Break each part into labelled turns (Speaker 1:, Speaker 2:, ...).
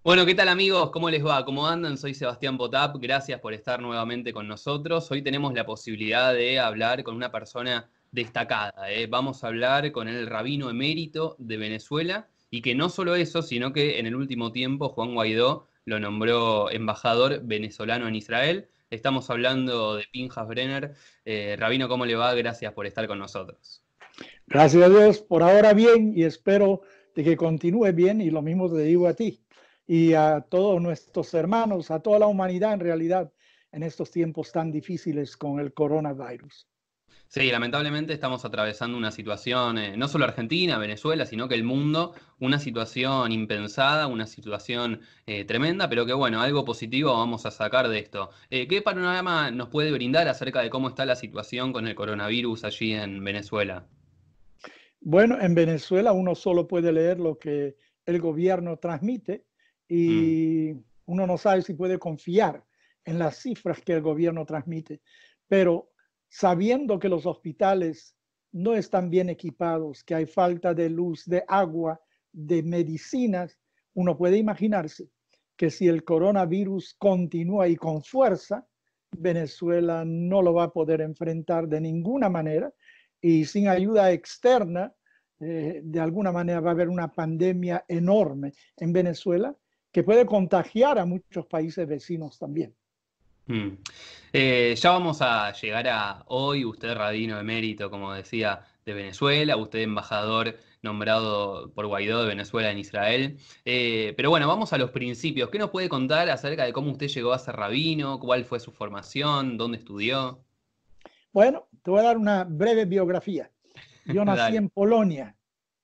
Speaker 1: Bueno, ¿qué tal amigos? ¿Cómo les va? ¿Cómo andan? Soy Sebastián Potap. Gracias por estar nuevamente con nosotros. Hoy tenemos la posibilidad de hablar con una persona destacada, ¿eh? Vamos a hablar con el rabino emérito de Venezuela y que no solo eso, sino que en el último tiempo Juan Guaidó lo nombró embajador venezolano en Israel. Estamos hablando de Pinjas Brenner. Rabino, ¿cómo le va? Gracias por estar con nosotros.
Speaker 2: Gracias a Dios, por ahora bien y espero de que continúe bien y lo mismo te digo a ti y a todos nuestros hermanos, a toda la humanidad en realidad en estos tiempos tan difíciles con el coronavirus.
Speaker 1: Sí, lamentablemente estamos atravesando una situación, no solo Argentina, Venezuela, sino que el mundo, una situación impensada, una situación tremenda, pero que bueno, algo positivo vamos a sacar de esto. ¿Qué panorama nos puede brindar acerca de cómo está la situación con el coronavirus allí en Venezuela?
Speaker 2: Bueno, en Venezuela uno solo puede leer lo que el gobierno transmite
Speaker 1: Mm,
Speaker 2: y uno no sabe si puede confiar en las cifras que el gobierno transmite, pero sabiendo que los hospitales no están bien equipados, que hay falta de luz, de agua, de medicinas, uno puede imaginarse que si el coronavirus continúa y con fuerza, Venezuela no lo va a poder enfrentar de ninguna manera y sin ayuda externa, de alguna manera va a haber una pandemia enorme en Venezuela que puede contagiar a muchos países vecinos también.
Speaker 1: mm. Ya vamos a llegar a hoy, usted rabino emérito, como decía, de Venezuela, usted embajador nombrado por Guaidó de Venezuela en Israel. Pero bueno, vamos a los principios. ¿Qué nos puede contar acerca de cómo usted llegó a ser rabino? ¿Cuál fue su formación? ¿Dónde estudió?
Speaker 2: Bueno, te voy a dar una breve biografía. Yo nací
Speaker 1: Dale.
Speaker 2: en Polonia,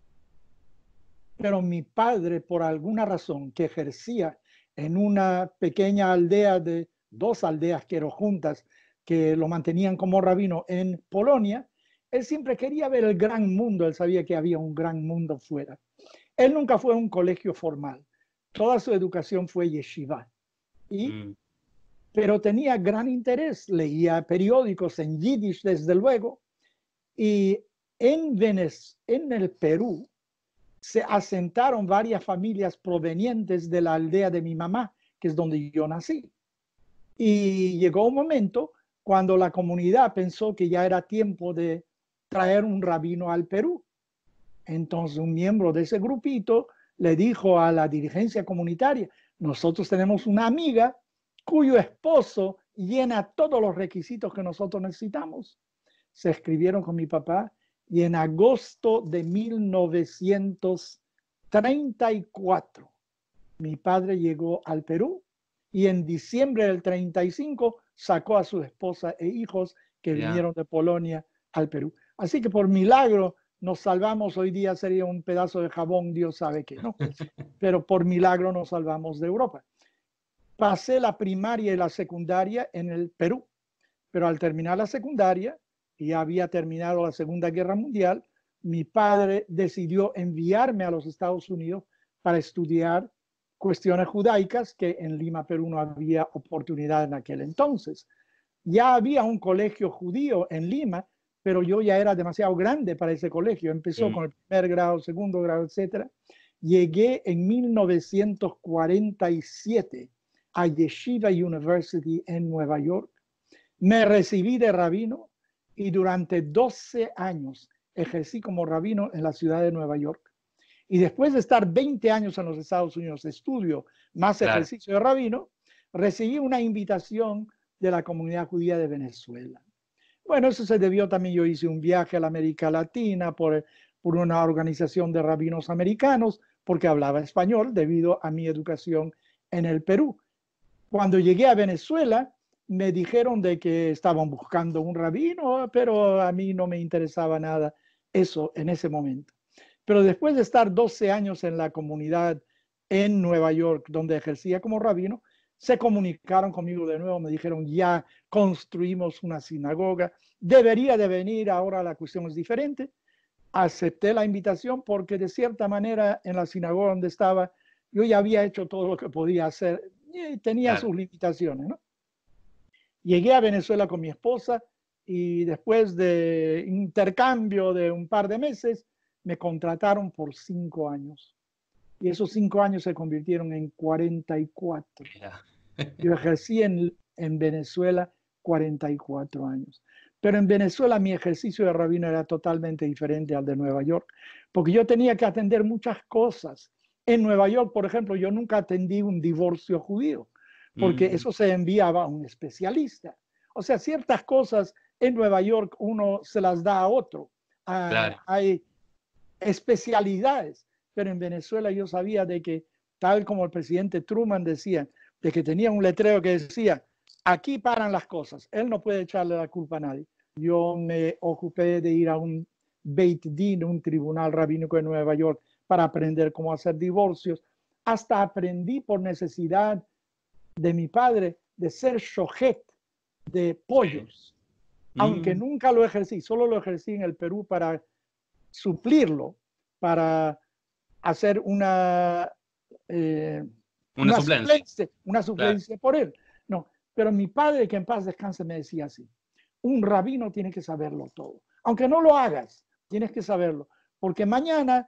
Speaker 2: pero mi padre, por alguna razón, que ejercía en una pequeña aldea de dos aldeas que eran juntas, que lo mantenían como rabino en Polonia, él siempre quería ver el gran mundo, él sabía que había un gran mundo fuera. Él nunca fue a un colegio formal, toda su educación fue yeshiva, y,
Speaker 1: Mm,
Speaker 2: pero tenía gran interés, leía periódicos en yiddish desde luego, y en el Perú se asentaron varias familias provenientes de la aldea de mi mamá, que es donde yo nací. Y llegó un momento cuando la comunidad pensó que ya era tiempo de traer un rabino al Perú. Entonces un miembro de ese grupito le dijo a la dirigencia comunitaria, nosotros tenemos una amiga cuyo esposo llena todos los requisitos que nosotros necesitamos. Se escribieron con mi papá y en agosto de 1934 mi padre llegó al Perú y en diciembre del 35 sacó a su esposa e hijos que
Speaker 1: mirá.
Speaker 2: vinieron de Polonia al Perú. Así que por milagro nos salvamos. Hoy día sería un pedazo de jabón, Dios sabe qué, ¿no? Pero por milagro nos salvamos de Europa. Pasé la primaria y la secundaria en el Perú, pero al terminar la secundaria, y ya había terminado la Segunda Guerra Mundial, mi padre decidió enviarme a los Estados Unidos para estudiar cuestiones judaicas, que en Lima, Perú, no había oportunidad en aquel entonces. Ya había un colegio judío en Lima, pero yo ya era demasiado grande para ese colegio. Empezó
Speaker 1: Mm,
Speaker 2: con el primer grado, segundo grado, etcétera. Llegué en 1947 a Yeshiva University en Nueva York. Me recibí de rabino y durante 12 años ejercí como rabino en la ciudad de Nueva York. Y después de estar 20 años en los Estados Unidos de estudio más
Speaker 1: claro.
Speaker 2: ejercicio de rabino, recibí una invitación de la comunidad judía de Venezuela. Bueno, eso se debió también, yo hice un viaje a la América Latina por una organización de rabinos americanos, porque hablaba español debido a mi educación en el Perú. Cuando llegué a Venezuela, me dijeron de que estaban buscando un rabino, pero a mí no me interesaba nada eso en ese momento. Pero después de estar 12 años en la comunidad en Nueva York, donde ejercía como rabino, se comunicaron conmigo de nuevo, me dijeron, ya construimos una sinagoga, debería de venir, ahora la cuestión es diferente. Acepté la invitación porque de cierta manera en la sinagoga donde estaba, yo ya había hecho todo lo que podía hacer y tenía
Speaker 1: Claro.
Speaker 2: sus limitaciones, ¿no? Llegué a Venezuela con mi esposa y después de intercambio de un par de meses, me contrataron por 5 años. y esos 5 años se convirtieron en 44.
Speaker 1: Mira.
Speaker 2: Yo ejercí en Venezuela 44 años. Pero en Venezuela mi ejercicio de rabino era totalmente diferente al de Nueva York, porque yo tenía que atender muchas cosas. En Nueva York, por ejemplo, yo nunca atendí un divorcio judío, porque
Speaker 1: Mm,
Speaker 2: eso se enviaba a un especialista. O sea, ciertas cosas en Nueva York uno se las da a otro.
Speaker 1: claro.
Speaker 2: Hay especialidades, pero en Venezuela yo sabía de que, tal como el presidente Truman decía, de que tenía un letrero que decía, aquí paran las cosas, él no puede echarle la culpa a nadie. Yo me ocupé de ir a un Beit Din, un tribunal rabínico en Nueva York, para aprender cómo hacer divorcios. Hasta aprendí por necesidad de mi padre de ser shohet de
Speaker 1: Sí.
Speaker 2: pollos, aunque
Speaker 1: Mm,
Speaker 2: nunca lo ejercí, solo lo ejercí en el Perú para suplirlo, para hacer eh,
Speaker 1: una suplencia,
Speaker 2: una
Speaker 1: claro.
Speaker 2: suplencia por él. No, pero mi padre, que en paz descanse, me decía así, un rabino tiene que saberlo todo. Aunque no lo hagas, tienes que saberlo, porque mañana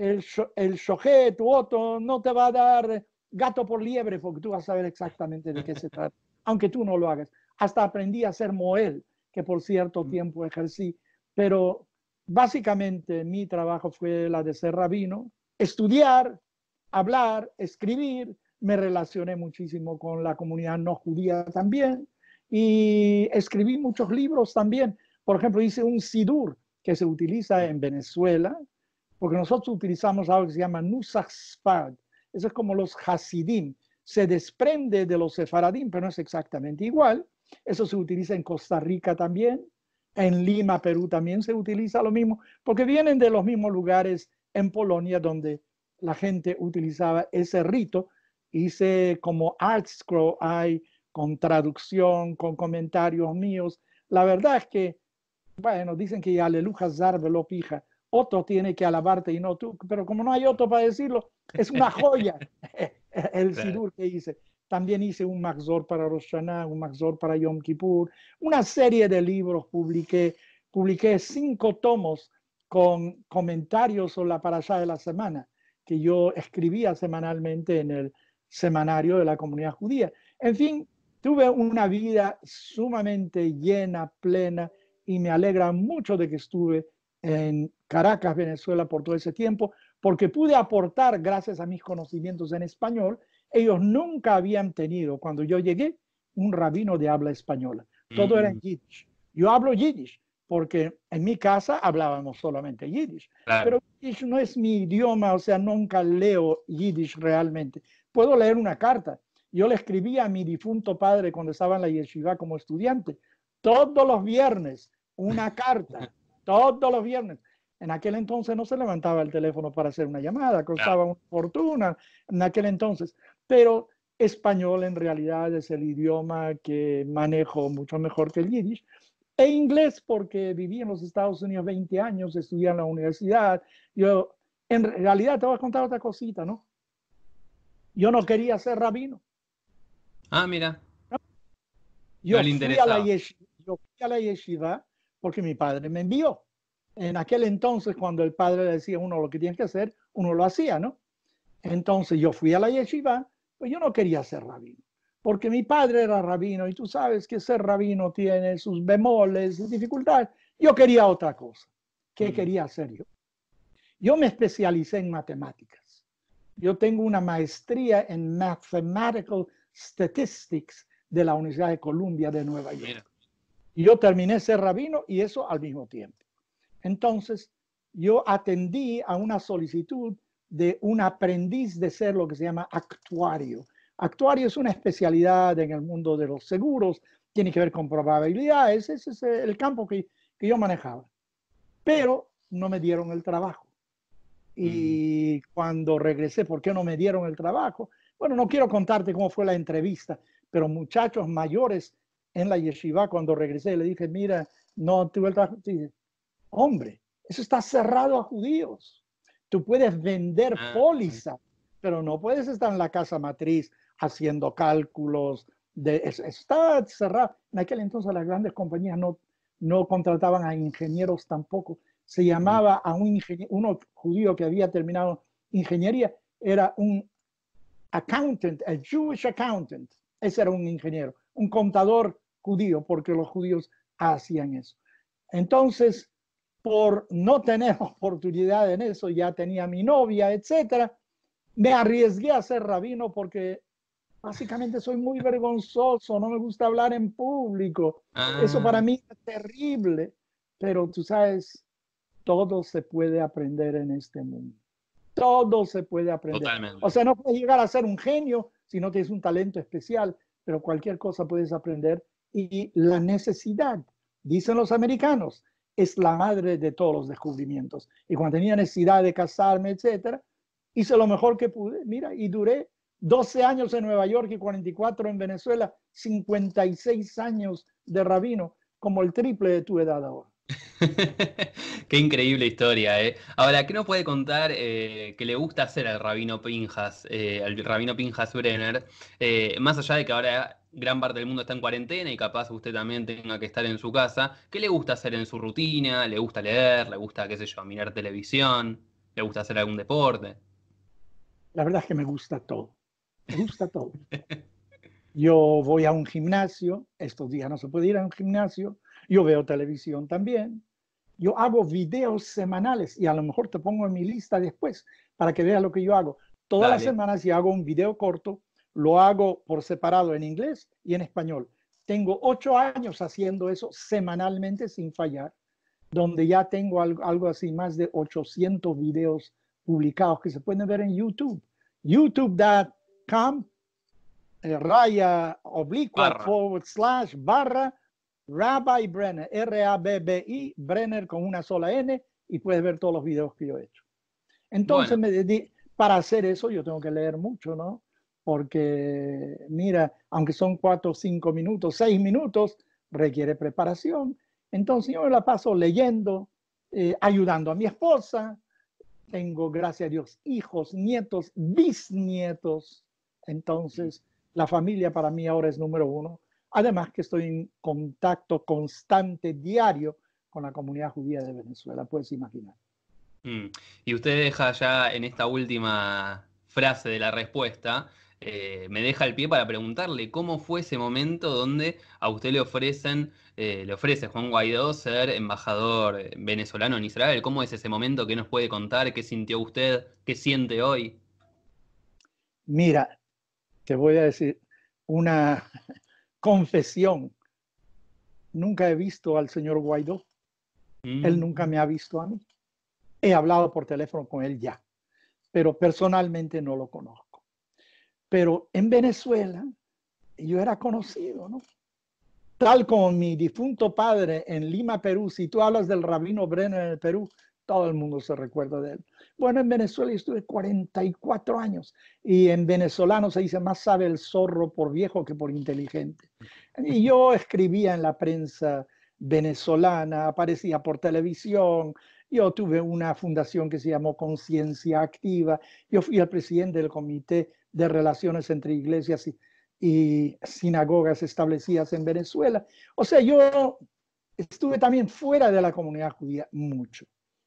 Speaker 2: el shohet, tu otro, no te va a dar gato por liebre, porque tú vas a saber exactamente de qué se trata, aunque tú no lo hagas. Hasta aprendí a hacer moel, que por cierto tiempo ejercí, pero básicamente mi trabajo fue la de ser rabino, estudiar, hablar, escribir. Me relacioné muchísimo con la comunidad no judía también y escribí muchos libros también. Por ejemplo, hice un sidur que se utiliza en Venezuela, porque nosotros utilizamos algo que se llama Nusach Sfard. Eso es como los Hasidim. Se desprende de los Sefaradim, pero no es exactamente igual. Eso se utiliza en Costa Rica también. En Lima, Perú también se utiliza lo mismo, porque vienen de los mismos lugares en Polonia donde la gente utilizaba ese rito. Hice como art scroll, hay con traducción, con comentarios míos. La verdad es que, bueno, dicen que aleluya zarbe lo pija, otro tiene que alabarte y no tú, pero como no hay otro para decirlo, es una joya el
Speaker 1: Claro.
Speaker 2: sidur que hice. También hice un Maxor para Rosh Hashanah, un Maxor para Yom Kippur, una serie de libros publiqué 5 tomos con comentarios sobre la parashá de la semana que yo escribía semanalmente en el semanario de la comunidad judía. En fin, tuve una vida sumamente llena, plena, y me alegra mucho de que estuve en Caracas, Venezuela, por todo ese tiempo, porque pude aportar, gracias a mis conocimientos en español. Ellos nunca habían tenido, cuando yo llegué, un rabino de habla española. Todo era en
Speaker 1: Mm,
Speaker 2: yiddish. Yo hablo yiddish porque en mi casa hablábamos solamente yiddish,
Speaker 1: claro.
Speaker 2: pero yiddish no es mi idioma, o sea, nunca leo yiddish realmente. Puedo leer una carta. Yo le escribía a mi difunto padre cuando estaba en la yeshiva como estudiante, todos los viernes, una carta, todos los viernes. En aquel entonces no se levantaba el teléfono para hacer una llamada,
Speaker 1: Claro.
Speaker 2: costaba una fortuna en aquel entonces, pero español en realidad es el idioma que manejo mucho mejor que el yiddish. E inglés porque viví en los Estados Unidos 20 años, estudié en la universidad. Yo, en realidad, te voy a contar otra cosita, ¿no? Yo no quería ser rabino.
Speaker 1: Ah, mira,
Speaker 2: ¿No?
Speaker 1: no le interesaba.
Speaker 2: Yo fui a la yeshiva porque mi padre me envió. En aquel entonces, cuando el padre le decía a uno lo que tiene que hacer, uno lo hacía, ¿no? Entonces yo fui a la yeshiva, pues yo no quería ser rabino, porque mi padre era rabino y tú sabes que ser rabino tiene sus bemoles, sus dificultades. Yo quería otra cosa. ¿Qué
Speaker 1: Mm,
Speaker 2: quería hacer yo? Yo me especialicé en matemáticas. Yo tengo una maestría en Mathematical Statistics de la Universidad de Columbia de Nueva
Speaker 1: mira.
Speaker 2: York. Y yo terminé ser rabino y eso al mismo tiempo. Entonces, yo atendí a una solicitud de un aprendiz de ser lo que se llama actuario. Actuario es una especialidad en el mundo de los seguros, tiene que ver con probabilidades, ese es el campo que yo manejaba. Pero no me dieron el trabajo.
Speaker 1: Mm,
Speaker 2: Y cuando regresé, ¿por qué no me dieron el trabajo? Bueno, no quiero contarte cómo fue la entrevista, pero muchachos mayores en la yeshiva, cuando regresé, le dije, mira, no tuve el trabajo. Dice, hombre, eso está cerrado a judíos. Tú puedes vender
Speaker 1: ah,
Speaker 2: póliza, pero no puedes estar en la casa matriz haciendo cálculos. Eso está cerrado. En aquel entonces las grandes compañías no contrataban a ingenieros tampoco. Se
Speaker 1: mm,
Speaker 2: llamaba a uno judío que había terminado ingeniería, era un accountant, el Jewish accountant. Ese era un ingeniero, un contador judío, porque los judíos hacían eso. Entonces, por no tener oportunidad en eso, ya tenía mi novia, etcétera, me arriesgué a ser rabino porque básicamente soy muy vergonzoso, no me gusta hablar en público. Eso para
Speaker 1: Ah,
Speaker 2: mí es terrible, pero tú sabes, todo se puede aprender en este mundo. Todo se puede aprender. O
Speaker 1: totalmente.
Speaker 2: sea, no puedes llegar a ser un genio si no tienes un talento especial, pero cualquier cosa puedes aprender. Y la necesidad, dicen los americanos, es la madre de todos los descubrimientos. Y cuando tenía necesidad de casarme, etcétera, hice lo mejor que pude. Mira, y duré 12 años en Nueva York y 44 en Venezuela, 56 años de rabino, como el triple de tu edad ahora.
Speaker 1: Qué increíble historia, ¿eh? Ahora, ¿qué nos puede contar que le gusta hacer al rabino Pinjas Brenner? Más allá de que ahora gran parte del mundo está en cuarentena y capaz usted también tenga que estar en su casa, ¿qué le gusta hacer en su rutina? ¿Le gusta leer? ¿Le gusta, qué sé yo, mirar televisión? ¿Le gusta hacer algún deporte?
Speaker 2: La verdad es que me gusta todo. Me gusta todo. Yo voy a un gimnasio, estos días no se puede ir a un gimnasio, yo veo televisión también, yo hago videos semanales y a lo mejor te pongo en mi lista después para que veas lo que yo hago. Todas las
Speaker 1: Dale.
Speaker 2: semanas yo hago un video corto, lo hago por separado en inglés y en español. Tengo 8 años haciendo eso semanalmente sin fallar, donde ya tengo algo así, más de 800 videos publicados que se pueden ver en YouTube. YouTube.com raya oblicua
Speaker 1: Barra.
Speaker 2: / barra Rabbi Brenner, Rabbi, Brenner con una sola N, y puedes ver todos los videos que yo he hecho. Entonces,
Speaker 1: Bueno.
Speaker 2: para hacer eso yo tengo que leer mucho, ¿no? Porque, mira, aunque son 4, 5 minutos, 6 minutos, requiere preparación. Entonces yo me la paso leyendo, ayudando a mi esposa. Tengo, gracias a Dios, hijos, nietos, bisnietos. Entonces, la familia para mí ahora es número uno. Además que estoy en contacto constante, diario, con la comunidad judía de Venezuela, puedes imaginar.
Speaker 1: Mm. Y usted deja ya en esta última frase de la respuesta, me deja el pie para preguntarle cómo fue ese momento donde a usted le ofrece Juan Guaidó ser embajador venezolano en Israel. ¿Cómo es ese momento? ¿Qué nos puede contar? ¿Qué sintió usted? ¿Qué siente hoy?
Speaker 2: Mira, te voy a decir una confesión. Nunca he visto al señor Guaidó. Él
Speaker 1: Mm.
Speaker 2: nunca me ha visto a mí. He hablado por teléfono con él ya, pero personalmente no lo conozco. Pero en Venezuela yo era conocido, ¿no? Tal como mi difunto padre en Lima, Perú. Si tú hablas del rabino Brenner en el Perú, todo el mundo se recuerda de él. Bueno, en Venezuela estuve 44 años y en venezolano se dice más sabe el zorro por viejo que por inteligente. Y yo escribía en la prensa venezolana, aparecía por televisión, yo tuve una fundación que se llamó Conciencia Activa, yo fui el presidente del Comité de Relaciones entre Iglesias y sinagogas establecidas en Venezuela. O sea, yo estuve también fuera de la comunidad judía mucho.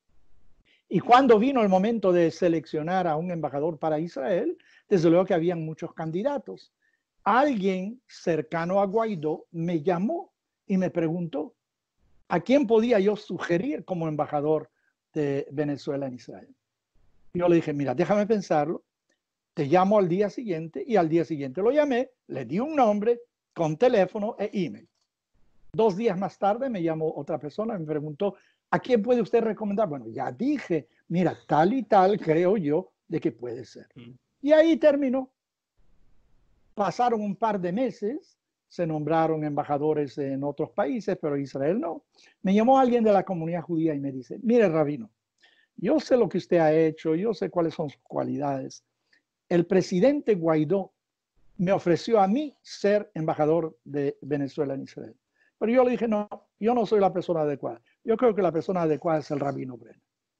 Speaker 2: Y cuando vino el momento de seleccionar a un embajador para Israel, desde luego que habían muchos candidatos. Alguien cercano a Guaidó me llamó y me preguntó a quién podía yo sugerir como embajador de Venezuela en Israel. Yo le dije, mira, déjame pensarlo, te llamo al día siguiente, y al día siguiente lo llamé, le di un nombre con teléfono e email. 2 días más tarde me llamó otra persona y me preguntó, ¿a quién puede usted recomendar? Bueno, ya dije, mira, tal y tal creo yo de que puede ser.
Speaker 1: Mm.
Speaker 2: Y ahí terminó. Pasaron un par de meses, se nombraron embajadores en otros países, pero Israel no. Me llamó alguien de la comunidad judía y me dice, mire, rabino, yo sé lo que usted ha hecho, yo sé cuáles son sus cualidades. El presidente Guaidó me ofreció a mí ser embajador de Venezuela en Israel. Pero yo le dije, no, yo no soy la persona adecuada. Yo creo que la persona adecuada es el rabino Brenner.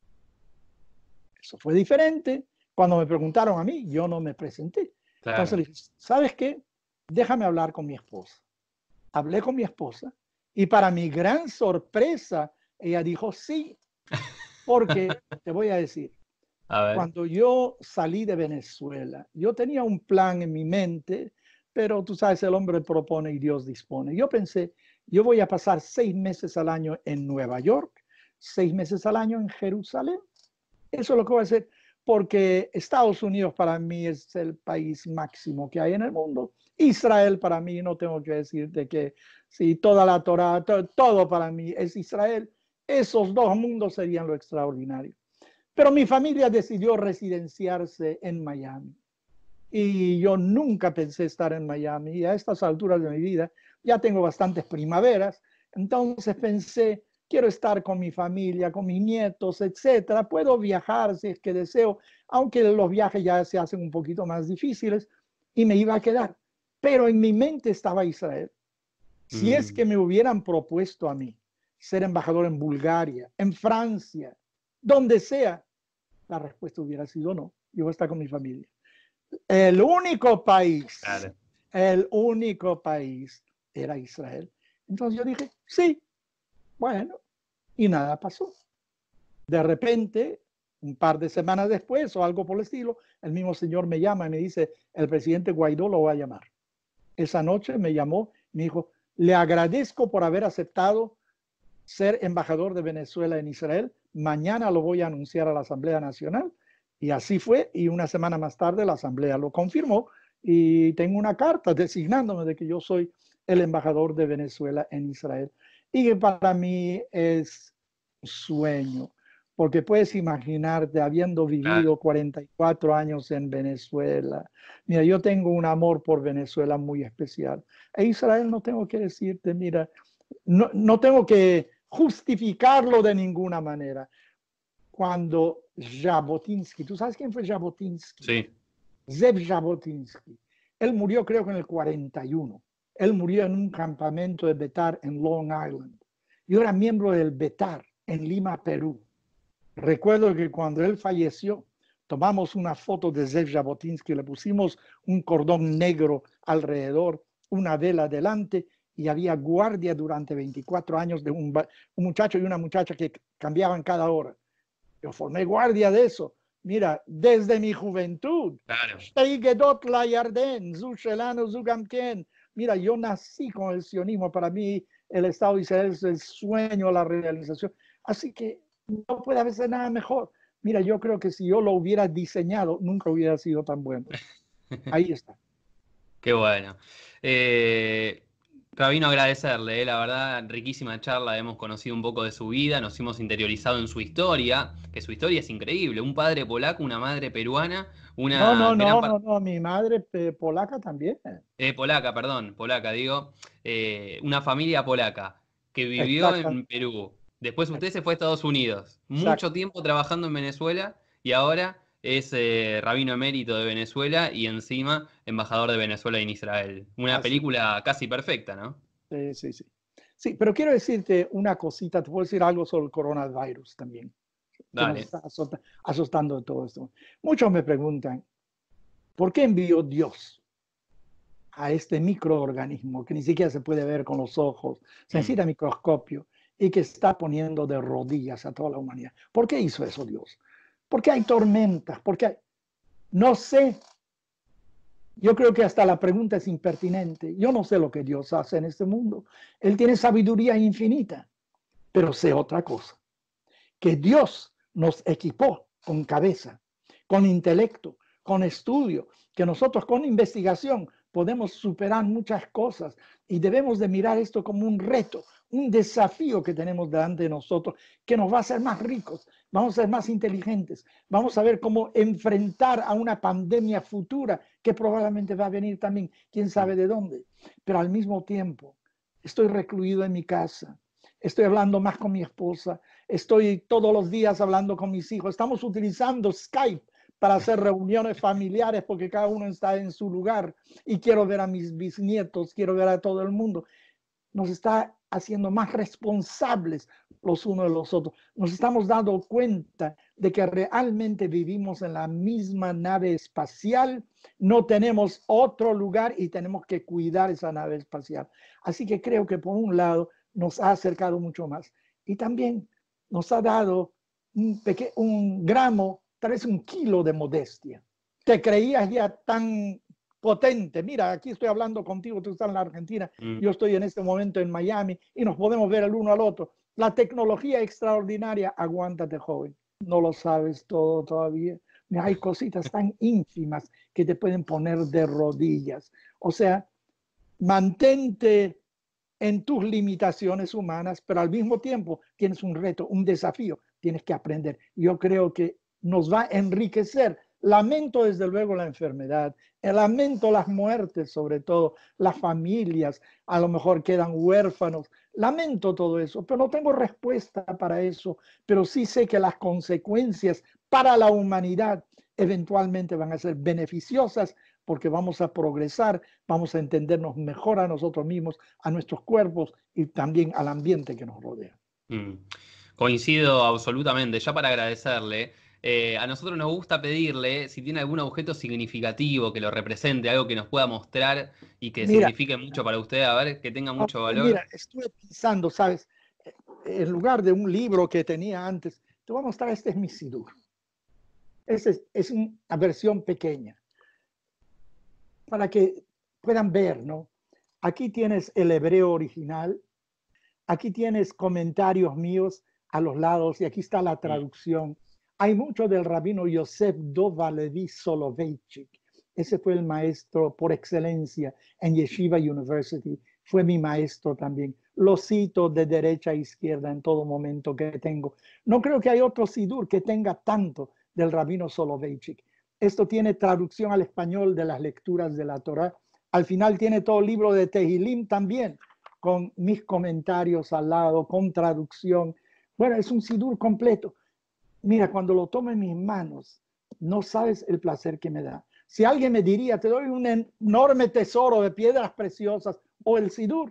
Speaker 2: Eso fue diferente. Cuando me preguntaron a mí, yo no me presenté. Entonces
Speaker 1: Claro.
Speaker 2: le dije, ¿sabes qué? Déjame hablar con mi esposa. Hablé con mi esposa y para mi gran sorpresa, ella dijo sí, porque te voy a decir,
Speaker 1: A ver.
Speaker 2: Cuando yo salí de Venezuela, yo tenía un plan en mi mente, pero tú sabes, el hombre propone y Dios dispone. Yo pensé, yo voy a pasar 6 meses al año en Nueva York, 6 meses al año en Jerusalén. Eso es lo que voy a hacer, porque Estados Unidos para mí es el país máximo que hay en el mundo. Israel para mí, no tengo que decirte que si toda la Torah, todo para mí es Israel. Esos dos mundos serían lo extraordinario. Pero mi familia decidió residenciarse en Miami y yo nunca pensé estar en Miami. Y a estas alturas de mi vida ya tengo bastantes primaveras, entonces pensé, quiero estar con mi familia, con mis nietos, etcétera. Puedo viajar si es que deseo, aunque los viajes ya se hacen un poquito más difíciles, y me iba a quedar. Pero en mi mente estaba Israel. Si es
Speaker 1: Mm,
Speaker 2: que me hubieran propuesto a mí ser embajador en Bulgaria, en Francia, donde sea, la respuesta hubiera sido no. Yo voy a estar con mi familia. El único país,
Speaker 1: claro.
Speaker 2: el único país era Israel. Entonces yo dije, sí, bueno, y nada pasó. De repente, un par de semanas después o algo por el estilo, el mismo señor me llama y me dice, el presidente Guaidó lo va a llamar. Esa noche me llamó y me dijo, le agradezco por haber aceptado ser embajador de Venezuela en Israel. Mañana lo voy a anunciar a la Asamblea Nacional. Y así fue. Y una semana más tarde la Asamblea lo confirmó. Y tengo una carta designándome de que yo soy el embajador de Venezuela en Israel. Y que para mí es un sueño. Porque puedes imaginarte habiendo
Speaker 1: Claro.
Speaker 2: vivido 44 años en Venezuela. Mira, yo tengo un amor por Venezuela muy especial. E Israel no tengo que decirte, mira, no tengo que justificarlo de ninguna manera. Cuando Jabotinsky, ¿tú sabes quién fue Jabotinsky?
Speaker 1: Sí.
Speaker 2: Zev Jabotinsky. Él murió creo que en el 41. Él murió en un campamento de Betar en Long Island. Yo era miembro del Betar en Lima, Perú. Recuerdo que cuando él falleció, tomamos una foto de Zev Jabotinsky, le pusimos un cordón negro alrededor, una vela delante y había guardia durante 24 años de un muchacho y una muchacha que cambiaban cada hora. Yo formé guardia de eso. Mira, desde mi juventud.
Speaker 1: Claro.
Speaker 2: Mira, yo nací con el sionismo. Para mí, el Estado de Israel es el sueño, la realización. Así que no puede haber nada mejor. Mira, yo creo que si yo lo hubiera diseñado, nunca hubiera sido tan bueno. Ahí está.
Speaker 1: Qué bueno. Eh, Rabino, agradecerle, la verdad, riquísima charla, hemos conocido un poco de su vida, nos hemos interiorizado en su historia, que su historia es increíble, un padre polaco, una madre peruana,
Speaker 2: No,
Speaker 1: una
Speaker 2: no,
Speaker 1: gran
Speaker 2: no,
Speaker 1: parte,
Speaker 2: no, no. Mi madre polaca también.
Speaker 1: polaca, perdón, polaca, digo, una familia polaca que vivió
Speaker 2: Exacto,
Speaker 1: en Perú. Después usted se fue a Estados Unidos, mucho
Speaker 2: exacto.
Speaker 1: tiempo trabajando en Venezuela y ahora es rabino emérito de Venezuela y encima embajador de Venezuela en Israel. Una
Speaker 2: Así.
Speaker 1: película casi perfecta, ¿no?
Speaker 2: Sí, sí, sí. Sí, pero quiero decirte una cosita, te puedo decir algo sobre el coronavirus también, que nos
Speaker 1: Dale.
Speaker 2: está asustando de todo esto. Muchos me preguntan, ¿por qué envió Dios a este microorganismo que ni siquiera se puede ver con los ojos, se
Speaker 1: Mm.
Speaker 2: necesita microscopio y que está poniendo de rodillas a toda la humanidad? ¿Por qué hizo eso Dios? ¿Por qué hay tormentas? ¿Por qué hay... No sé. Yo creo que hasta la pregunta es impertinente. Yo no sé lo que Dios hace en este mundo. Él tiene sabiduría infinita, pero sé otra cosa, que Dios nos equipó con cabeza, con intelecto, con estudio, que nosotros con investigación podemos superar muchas cosas y debemos de mirar esto como un reto, un desafío que tenemos delante de nosotros, que nos va a hacer más ricos, vamos a ser más inteligentes, vamos a ver cómo enfrentar a una pandemia futura que probablemente va a venir también, quién
Speaker 1: Mm.
Speaker 2: sabe de dónde, pero al mismo tiempo estoy recluido en mi casa, estoy hablando más con mi esposa, estoy todos los días hablando con mis hijos, estamos utilizando Skype para hacer reuniones familiares porque cada uno está en su lugar y quiero ver a mis bisnietos, quiero ver a todo el mundo. Nos está haciendo más responsables los unos de los otros. Nos estamos dando cuenta de que realmente vivimos en la misma nave espacial, no tenemos otro lugar y tenemos que cuidar esa nave espacial. Así que creo que por un lado nos ha acercado mucho más y también nos ha dado un gramo traes 1 kilo de modestia. Te creías ya tan potente. Mira, aquí estoy hablando contigo, tú estás en la Argentina, yo estoy en este momento en Miami y nos podemos ver el uno al otro. La tecnología extraordinaria, aguántate, joven. No lo sabes todo todavía. Hay cositas tan ínfimas que te pueden poner de rodillas. O sea, mantente en tus limitaciones humanas, pero al mismo tiempo tienes un reto, un desafío, tienes que aprender. Yo creo que nos va a enriquecer. Lamento desde luego la enfermedad, lamento las muertes, sobre todo las familias, a lo mejor quedan huérfanos, lamento todo eso, pero no tengo respuesta para eso, pero sí sé que las consecuencias para la humanidad eventualmente van a ser beneficiosas porque vamos a progresar, vamos a entendernos mejor a nosotros mismos, a nuestros cuerpos y también al ambiente que nos rodea.
Speaker 1: Coincido absolutamente. Ya para agradecerle, a nosotros nos gusta pedirle si tiene algún objeto significativo que lo represente, algo que nos pueda mostrar y que signifique mucho para usted, a ver, que tenga mucho valor.
Speaker 2: Mira, estuve pensando, ¿sabes? En lugar de un libro que tenía antes, te voy a mostrar, este es mi sidur. Es una versión pequeña, para que puedan ver, ¿no? Aquí tienes el hebreo original, aquí tienes comentarios míos a los lados y aquí está la traducción. Hay mucho del rabino Yosef Dov-Levi Soloveitchik. Ese fue el maestro por excelencia en Yeshiva University. Fue mi maestro también. Lo cito de derecha a izquierda en todo momento que tengo. No creo que hay otro sidur que tenga tanto del rabino Soloveitchik. Esto tiene traducción al español de las lecturas de la Torá. Al final tiene todo el libro de Tehilim también, con mis comentarios al lado, con traducción. Bueno, es un sidur completo. Mira, cuando lo tomo en mis manos, no sabes el placer que me da. Si alguien me diría, te doy un enorme tesoro de piedras preciosas o el sidur,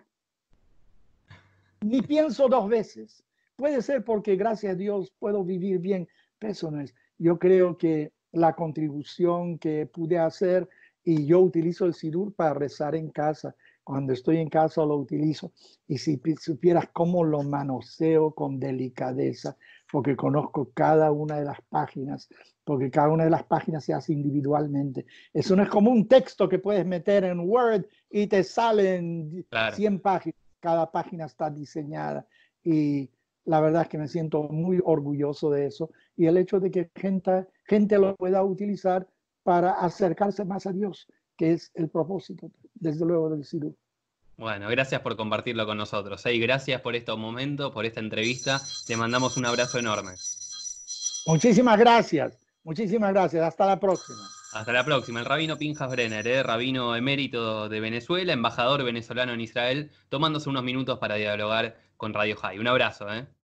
Speaker 2: ni pienso 2 veces. Puede ser porque, gracias a Dios, puedo vivir bien, pero eso no es. Yo creo que la contribución que pude hacer, y yo utilizo el sidur para rezar en casa. Cuando estoy en casa lo utilizo. Y si supieras cómo lo manoseo con delicadeza, porque conozco cada una de las páginas, porque cada una de las páginas se hace individualmente. Eso no es como un texto que puedes meter en Word y te salen 100 páginas. Cada página está diseñada y la verdad es que me siento muy orgulloso de eso. Y el hecho de que gente lo pueda utilizar para acercarse más a Dios, que es el propósito, desde luego, del sidur.
Speaker 1: Bueno, gracias por compartirlo con nosotros. Y gracias por este momento, por esta entrevista. Te mandamos un abrazo enorme.
Speaker 2: Muchísimas gracias. Muchísimas gracias. Hasta la próxima.
Speaker 1: Hasta la próxima. El rabino Pinjas Brenner, rabino emérito de Venezuela, embajador venezolano en Israel, tomándose unos minutos para dialogar con Radio High. Un abrazo.